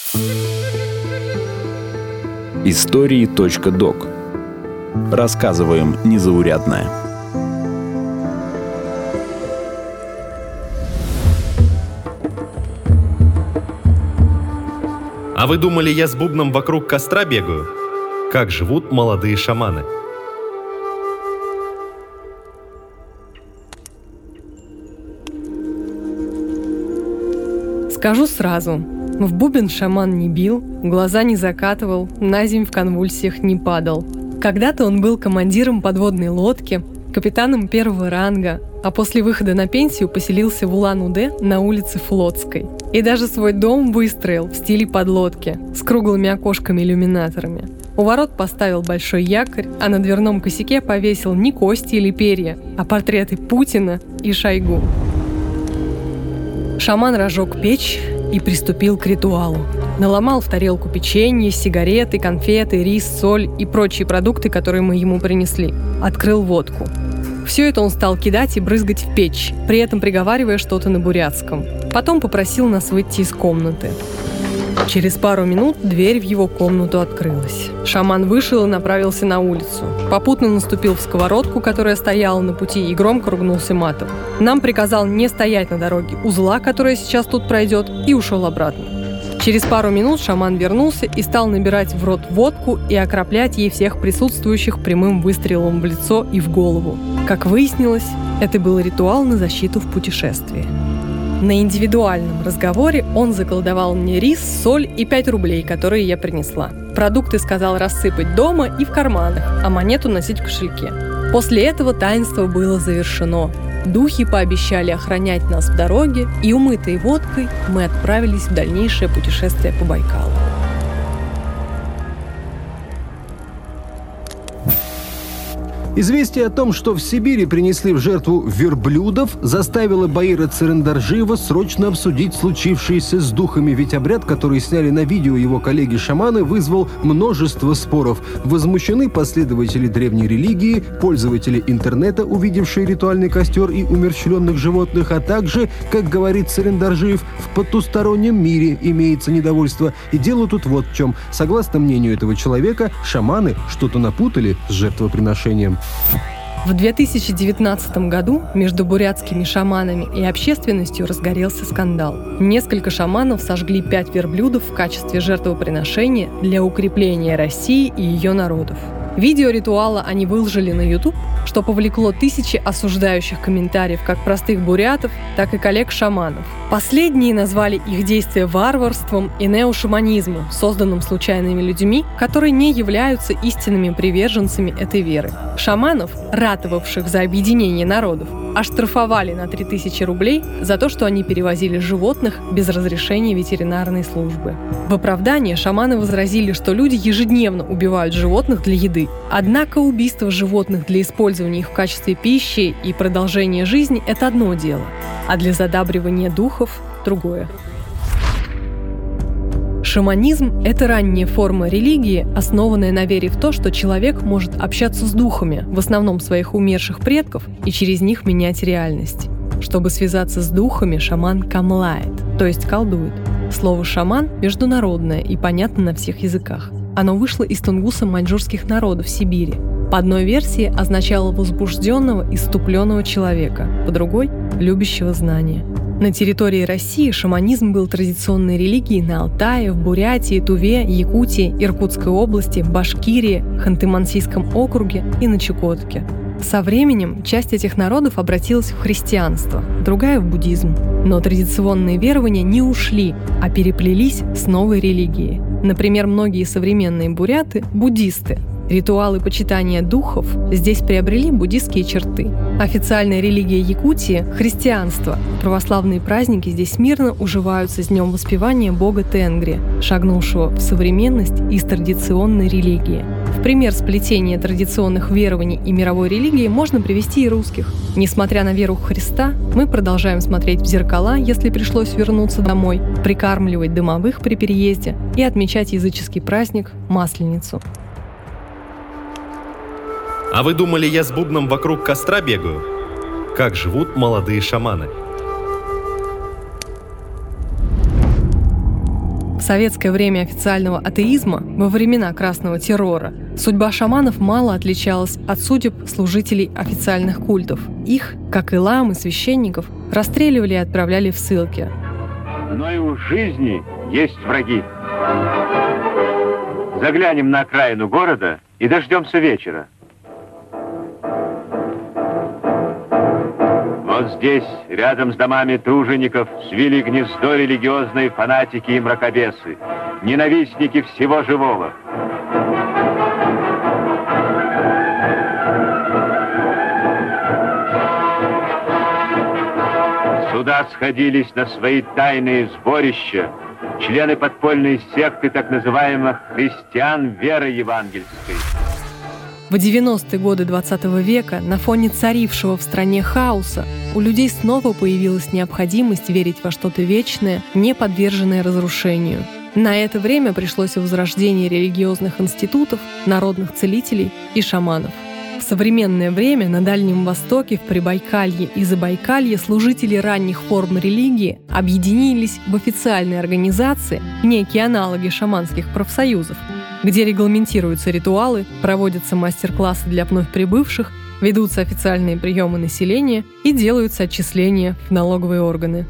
Истории.док. Рассказываем незаурядное. А вы думали, я с бубном вокруг костра бегаю? Как живут молодые шаманы? Скажу сразу, в бубен шаман не бил, глаза не закатывал, на земь в конвульсиях не падал. Когда-то он был командиром подводной лодки, капитаном первого ранга, а после выхода на пенсию поселился в Улан-Удэ на улице Флотской. И даже свой дом выстроил в стиле подлодки, с круглыми окошками-иллюминаторами. У ворот поставил большой якорь, а на дверном косяке повесил не кости или перья, а портреты Путина и Шойгу. Шаман разжег печь и приступил к ритуалу. Наломал в тарелку печенье, сигареты, конфеты, рис, соль и прочие продукты, которые мы ему принесли. Открыл водку. Все это он стал кидать и брызгать в печь, при этом приговаривая что-то на бурятском. Потом попросил нас выйти из комнаты. Через пару минут дверь в его комнату открылась. Шаман вышел и направился на улицу. Попутно наступил в сковородку, которая стояла на пути, и громко ругнулся матом. Нам приказал не стоять на дороге узла, которая сейчас тут пройдет, и ушел обратно. Через пару минут шаман вернулся и стал набирать в рот водку и окроплять ей всех присутствующих прямым выстрелом в лицо и в голову. Как выяснилось, это был ритуал на защиту в путешествии. На индивидуальном разговоре он заколдовал мне рис, соль и 5 рублей, которые я принесла. Продукты сказал рассыпать дома и в карманах, а монету носить в кошельке. После этого таинство было завершено. Духи пообещали охранять нас в дороге, и, умытые водкой, мы отправились в дальнейшее путешествие по Байкалу. Известие о том, что в Сибири принесли в жертву верблюдов, заставило Баира Цырендаржиева срочно обсудить случившееся с духами, ведь обряд, который сняли на видео его коллеги-шаманы, вызвал множество споров. Возмущены последователи древней религии, пользователи интернета, увидевшие ритуальный костер и умерщвленных животных, а также, как говорит Цырендаржиев, в потустороннем мире имеется недовольство. И дело тут вот в чем. Согласно мнению этого человека, шаманы что-то напутали с жертвоприношением. В 2019 году между бурятскими шаманами и общественностью разгорелся скандал. Несколько шаманов сожгли 5 верблюдов в качестве жертвоприношения для укрепления России и ее народов. Видео ритуала они выложили на YouTube, что повлекло тысячи осуждающих комментариев как простых бурятов, так и коллег-шаманов. Последние назвали их действия варварством и неошаманизмом, созданным случайными людьми, которые не являются истинными приверженцами этой веры. Шаманов, ратовавших за объединение народов, оштрафовали на 3000 рублей за то, что они перевозили животных без разрешения ветеринарной службы. В оправдание шаманы возразили, что люди ежедневно убивают животных для еды. Однако убийство животных для использования их в качестве пищи и продолжения жизни – это одно дело, а для задабривания духов – другое. Шаманизм – это ранняя форма религии, основанная на вере в то, что человек может общаться с духами, в основном своих умерших предков, и через них менять реальность. Чтобы связаться с духами, шаман камлает, то есть колдует. Слово «шаман» международное и понятно на всех языках. Оно вышло из тунгуса маньчжурских народов Сибири. По одной версии означало возбужденного, исступленного человека, по другой – любящего знания. На территории России шаманизм был традиционной религией на Алтае, в Бурятии, Туве, Якутии, Иркутской области, Башкирии, Ханты-Мансийском округе и на Чукотке. Со временем часть этих народов обратилась в христианство, другая – в буддизм. Но традиционные верования не ушли, а переплелись с новой религией. Например, многие современные буряты – буддисты. Ритуалы почитания духов здесь приобрели буддистские черты. Официальная религия Якутии – христианство. Православные праздники здесь мирно уживаются с днем воспевания бога Тенгри, шагнувшего в современность из традиционной религии. В пример сплетения традиционных верований и мировой религии можно привести и русских. Несмотря на веру в Христа, мы продолжаем смотреть в зеркала, если пришлось вернуться домой, прикармливать домовых при переезде и отмечать языческий праздник Масленицу. А вы думали, я с бубном вокруг костра бегаю? Как живут молодые шаманы? В советское время официального атеизма, во времена Красного террора, судьба шаманов мало отличалась от судеб служителей официальных культов. Их, как и лам и священников, расстреливали и отправляли в ссылки. Но и у жизни есть враги. Заглянем на окраину города и дождемся вечера. Вот здесь, рядом с домами тружеников, свили гнездо религиозные фанатики и мракобесы, ненавистники всего живого. Сюда сходились на свои тайные сборища члены подпольной секты так называемых христиан веры евангельской. В 90-е годы 20 века на фоне царившего в стране хаоса у людей снова появилась необходимость верить во что-то вечное, не подверженное разрушению. На это время пришлось возрождение религиозных институтов, народных целителей и шаманов. В современное время на Дальнем Востоке, в Прибайкалье и Забайкалье служители ранних форм религии объединились в официальные организации, некие аналоги шаманских профсоюзов, где регламентируются ритуалы, проводятся мастер-классы для вновь прибывших, ведутся официальные приемы населения и делаются отчисления в налоговые органы.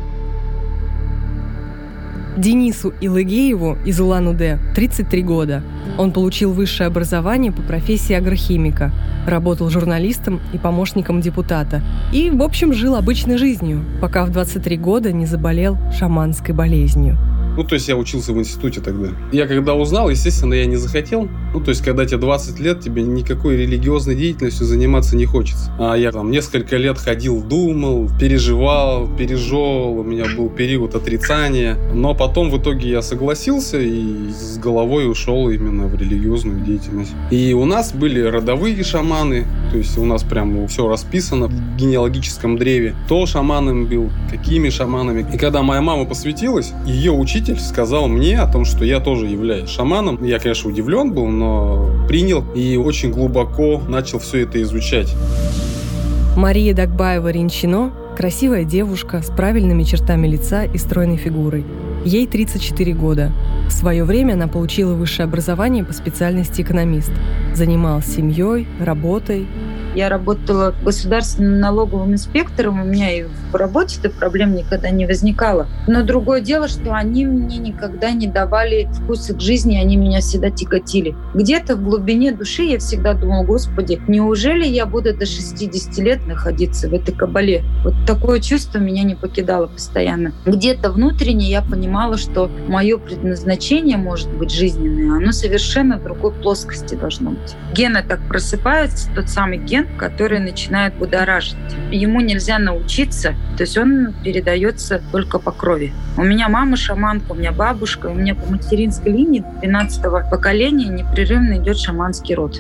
Денису Илагееву из Улан-Удэ 33 года. Он получил высшее образование по профессии агрохимика, работал журналистом и помощником депутата и, в общем, жил обычной жизнью, пока в 23 года не заболел шаманской болезнью. То есть я учился в институте тогда. Я когда узнал, естественно, я не захотел. То есть когда тебе 20 лет, тебе никакой религиозной деятельностью заниматься не хочется. А я там несколько лет ходил, думал, переживал, пережевывал. У меня был период отрицания. Но потом в итоге я согласился и с головой ушел именно в религиозную деятельность. И у нас были родовые шаманы. То есть у нас прям все расписано в генеалогическом древе. Кто шаманом был, какими шаманами. И когда моя мама посвятилась, ее учитель сказал мне о том, что я тоже являюсь шаманом. Я, конечно, удивлен был, но принял и очень глубоко начал все это изучать. Мария Дагбаева-Ринчино – красивая девушка с правильными чертами лица и стройной фигурой. Ей 34 года. В свое время она получила высшее образование по специальности экономист. Занималась семьей, работой. Я работала государственным налоговым инспектором, у меня и в работе-то проблем никогда не возникало. Но другое дело, что они мне никогда не давали вкуса к жизни, они меня всегда тяготили. Где-то в глубине души я всегда думала: Господи, неужели я буду до 60 лет находиться в этой кабале? Вот такое чувство меня не покидало постоянно. Где-то внутренне я понимала, что мое предназначение может быть жизненное, оно совершенно в другой плоскости должно быть. Гены так просыпаются, тот самый ген, который начинает будоражить. Ему нельзя научиться, то есть он передается только по крови. У меня мама шаманка, у меня бабушка, у меня по материнской линии 12-го поколения непрерывно идет шаманский род.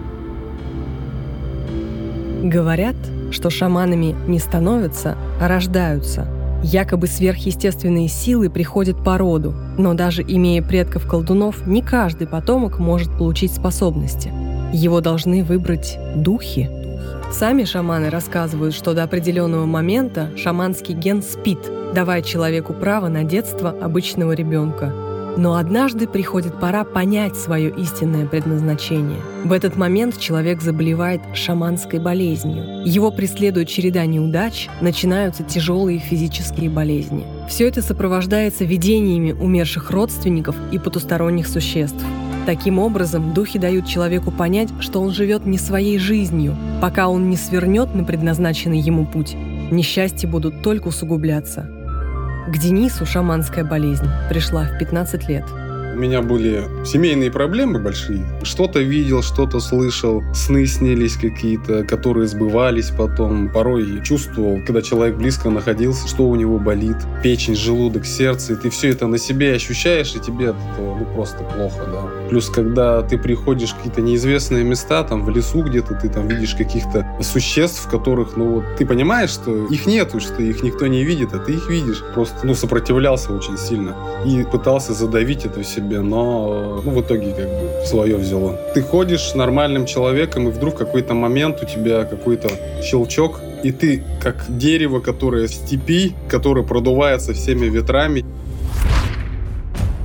Говорят, что шаманами не становятся, а рождаются. Якобы сверхъестественные силы приходят по роду, но даже имея предков-колдунов, не каждый потомок может получить способности. Его должны выбрать духи. Сами шаманы рассказывают, что до определенного момента шаманский ген спит, давая человеку право на детство обычного ребенка. Но однажды приходит пора понять свое истинное предназначение. В этот момент человек заболевает шаманской болезнью. Его преследует череда неудач, начинаются тяжелые физические болезни. Все это сопровождается видениями умерших родственников и потусторонних существ. Таким образом, духи дают человеку понять, что он живет не своей жизнью, пока он не свернет на предназначенный ему путь. Несчастья будут только усугубляться. К Денису шаманская болезнь пришла в 15 лет. У меня были семейные проблемы большие. Что-то видел, что-то слышал. Сны снились какие-то, которые сбывались потом. Порой чувствовал, когда человек близко находился, что у него болит. Печень, желудок, сердце. И ты все это на себе ощущаешь, и тебе от этого просто плохо, да. Плюс, когда ты приходишь в какие-то неизвестные места, там в лесу где-то, ты там видишь каких-то существ, которых, ты понимаешь, что их нету, что их никто не видит, а ты их видишь. Просто, сопротивлялся очень сильно. И пытался задавить это в себе. Но в итоге свое взяло. Ты ходишь нормальным человеком, и вдруг в какой-то момент у тебя какой-то щелчок, и ты как дерево, которое в степи, которое продувается всеми ветрами.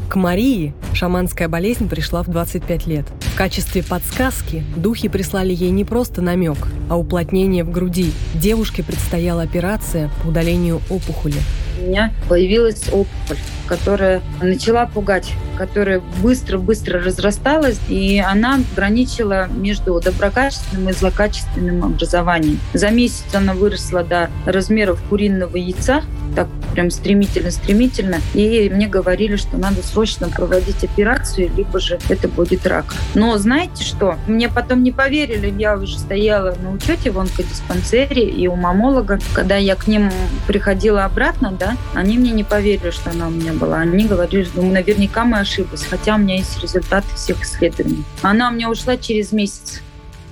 К Марии шаманская болезнь пришла в 25 лет. В качестве подсказки духи прислали ей не просто намек, а уплотнение в груди. Девушке предстояла операция по удалению опухоли. У меня появилась опухоль, которая начала пугать, которая быстро-быстро разрасталась, и она граничила между доброкачественным и злокачественным образованием. За месяц она выросла до размеров куриного яйца, так прям стремительно. И мне говорили, что надо срочно проводить операцию, либо же это будет рак. Но знаете что? Мне потом не поверили. Я уже стояла на учете в онкодиспансере и у мамолога. Когда я к ним приходила обратно, они мне не поверили, что она у меня была. Они говорили, что наверняка мы ошиблись, хотя у меня есть результаты всех исследований. Она у меня ушла через месяц.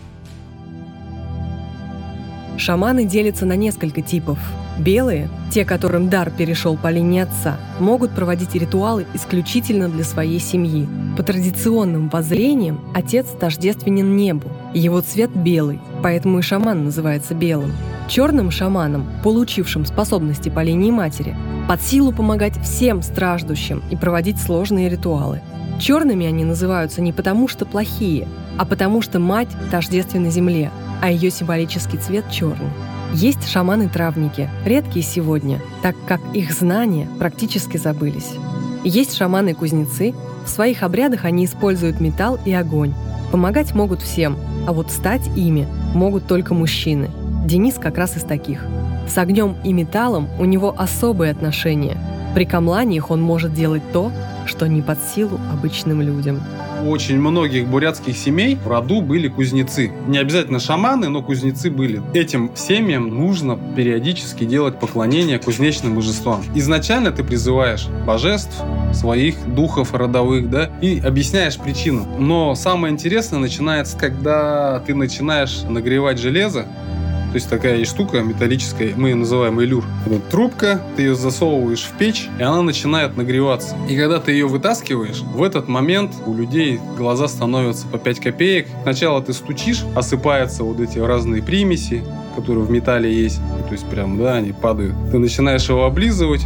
Шаманы делятся на несколько типов. Белые, те, которым дар перешел по линии отца, могут проводить ритуалы исключительно для своей семьи. По традиционным воззрениям отец тождественен небу, его цвет белый, поэтому и шаман называется белым. Черным шаманам, получившим способности по линии матери, под силу помогать всем страждущим и проводить сложные ритуалы. Черными они называются не потому, что плохие, а потому что мать тождественна земле, а ее символический цвет черный. Есть шаманы-травники, редкие сегодня, так как их знания практически забылись. Есть шаманы-кузнецы, в своих обрядах они используют металл и огонь. Помогать могут всем, а вот стать ими могут только мужчины. Денис как раз из таких. С огнем и металлом у него особые отношения. При камланиях он может делать то, что не под силу обычным людям. У очень многих бурятских семей в роду были кузнецы. Не обязательно шаманы, но кузнецы были. Этим семьям нужно периодически делать поклонение кузнечным божествам. Изначально ты призываешь божеств, своих духов родовых, и объясняешь причину. Но самое интересное начинается, когда ты начинаешь нагревать железо. То есть такая есть штука металлическая, мы ее называем элюр. Это трубка, ты ее засовываешь в печь, и она начинает нагреваться. И когда ты ее вытаскиваешь, в этот момент у людей глаза становятся по 5 копеек. Сначала ты стучишь, осыпаются вот эти разные примеси, которые в металле есть. То есть прям, они падают. Ты начинаешь его облизывать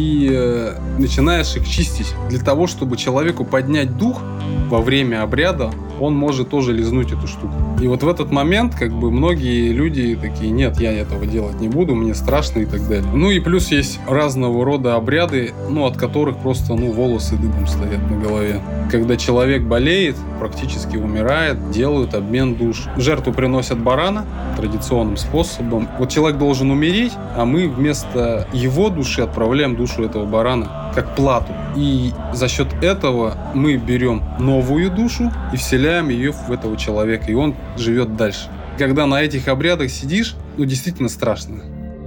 и начинаешь их чистить. Для того, чтобы человеку поднять дух во время обряда, он может тоже лизнуть эту штуку. И вот в этот момент многие люди такие: нет, я этого делать не буду, мне страшно и так далее. И плюс есть разного рода обряды, от которых просто волосы дыбом стоят на голове. Когда человек болеет, практически умирает, делают обмен душ. Жертву приносят барана традиционным способом. Вот человек должен умереть, а мы вместо его души отправляем душу этого барана как плату. И за счет этого мы берем новую душу и вселяем ее в этого человека, и он живет дальше. Когда на этих обрядах сидишь, действительно страшно.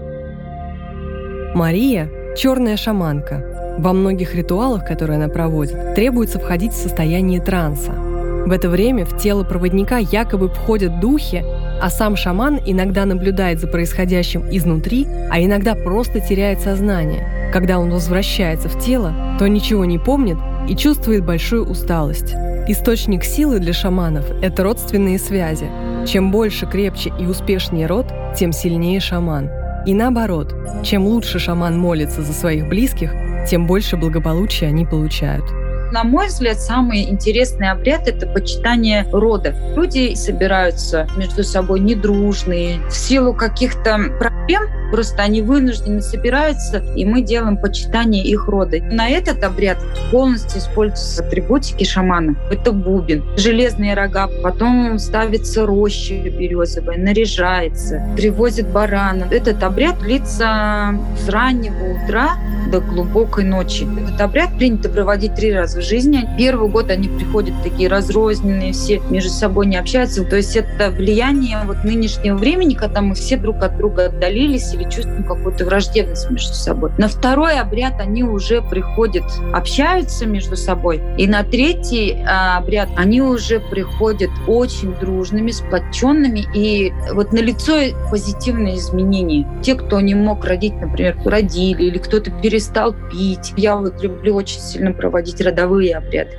Мария – черная шаманка. Во многих ритуалах, которые она проводит, требуется входить в состояние транса. В это время в тело проводника якобы входят духи, а сам шаман иногда наблюдает за происходящим изнутри, а иногда просто теряет сознание. Когда он возвращается в тело, то ничего не помнит и чувствует большую усталость. Источник силы для шаманов – это родственные связи. Чем больше, крепче и успешнее род, тем сильнее шаман. И наоборот, чем лучше шаман молится за своих близких, тем больше благополучия они получают. На мой взгляд, самый интересный обряд – это почитание рода. Люди собираются между собой недружные, в силу каких-то проблем, просто они вынуждены собираются, и мы делаем почитание их рода. На этот обряд полностью используются атрибутики шамана. Это бубен, железные рога, потом ставится роща березовая, наряжается, привозят барана. Этот обряд длится с раннего утра до глубокой ночи. Этот обряд принято проводить 3 раза в жизни. Первый год они приходят такие разрозненные, все между собой не общаются. То есть это влияние нынешнего времени, когда мы все друг от друга отдалились или чувствуем какую-то враждебность между собой. На второй обряд они уже приходят, общаются между собой. И на третий обряд они уже приходят очень дружными, сплоченными. И налицо позитивные изменения. Те, кто не мог родить, например, родили, или кто-то перестал пить. Я люблю очень сильно проводить родовые обряды.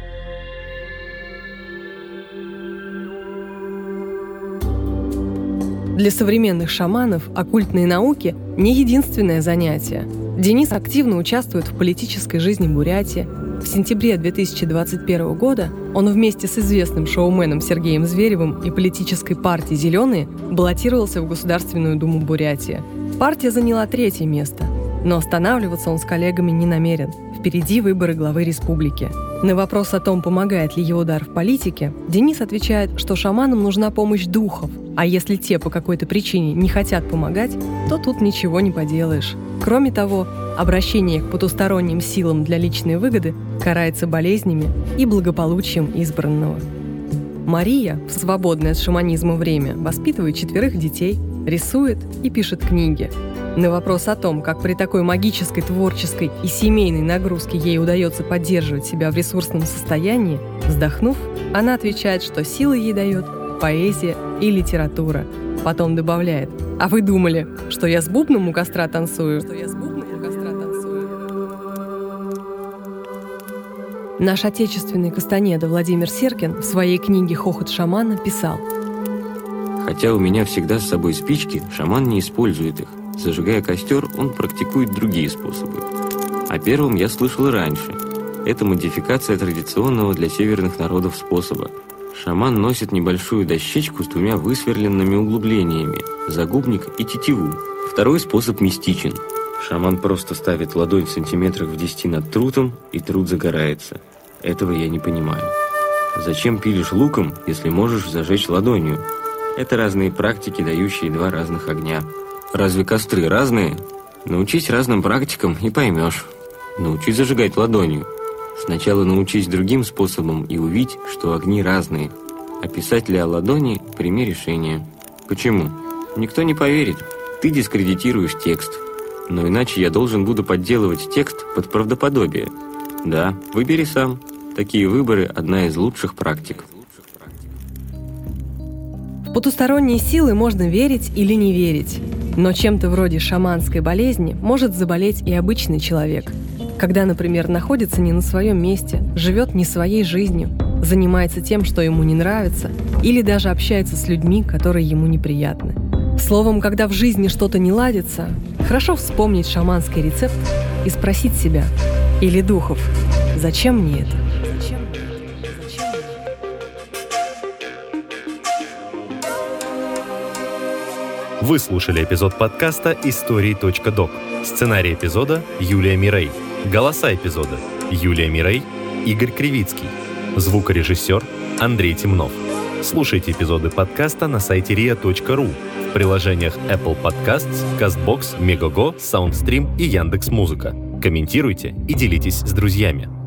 Для современных шаманов оккультные науки не единственное занятие. Денис активно участвует в политической жизни Бурятии. В сентябре 2021 года он вместе с известным шоуменом Сергеем Зверевым и политической партией «Зеленые» баллотировался в Государственную Думу Бурятии. Партия заняла 3-е место, но останавливаться он с коллегами не намерен. Впереди выборы главы республики. На вопрос о том, помогает ли его дар в политике, Денис отвечает, что шаманам нужна помощь духов, а если те по какой-то причине не хотят помогать, то тут ничего не поделаешь. Кроме того, обращение к потусторонним силам для личной выгоды карается болезнями и благополучием избранного. Мария, в свободное от шаманизма время, воспитывает 4 детей, рисует и пишет книги. На вопрос о том, как при такой магической, творческой и семейной нагрузке ей удается поддерживать себя в ресурсном состоянии, вздохнув, она отвечает, что силы ей дает поэзия и литература. Потом добавляет: «А вы думали, что я с бубном у костра танцую?» Наш отечественный Кастанеда Владимир Серкин в своей книге «Хохот шамана» писал: «Хотя у меня всегда с собой спички, шаман не использует их. Зажигая костер, он практикует другие способы. О первом я слышал и раньше. Это модификация традиционного для северных народов способа. Шаман носит небольшую дощечку с 2 высверленными углублениями, загубник и тетиву. Второй способ мистичен. Шаман просто ставит ладонь в сантиметрах в 10 над трутом, и трут загорается. Этого я не понимаю. Зачем пилишь луком, если можешь зажечь ладонью? Это разные практики, дающие 2 разных огня. Разве костры разные? Научись разным практикам и поймешь. Научись зажигать ладонью. Сначала научись другим способам и увидь, что огни разные. А писать ли о ладони, прими решение. Почему? Никто не поверит. Ты дискредитируешь текст. Но иначе я должен буду подделывать текст под правдоподобие. Да, выбери сам. Такие выборы – одна из лучших практик». В потусторонние силы можно верить или не верить. Но чем-то вроде шаманской болезни может заболеть и обычный человек. Когда, например, находится не на своем месте, живет не своей жизнью, занимается тем, что ему не нравится, или даже общается с людьми, которые ему неприятны. Словом, когда в жизни что-то не ладится, хорошо вспомнить шаманский рецепт и спросить себя или духов: «Зачем мне это?» Вы слушали эпизод подкаста «Истории.док». Сценарий эпизода Юлия Мирей. Голоса эпизода Юлия Мирей, Игорь Кривицкий. Звукорежиссер Андрей Темнов. Слушайте эпизоды подкаста на сайте ria.ru, в приложениях Apple Podcasts, CastBox, Megogo, SoundStream и Яндекс.Музыка. Комментируйте и делитесь с друзьями.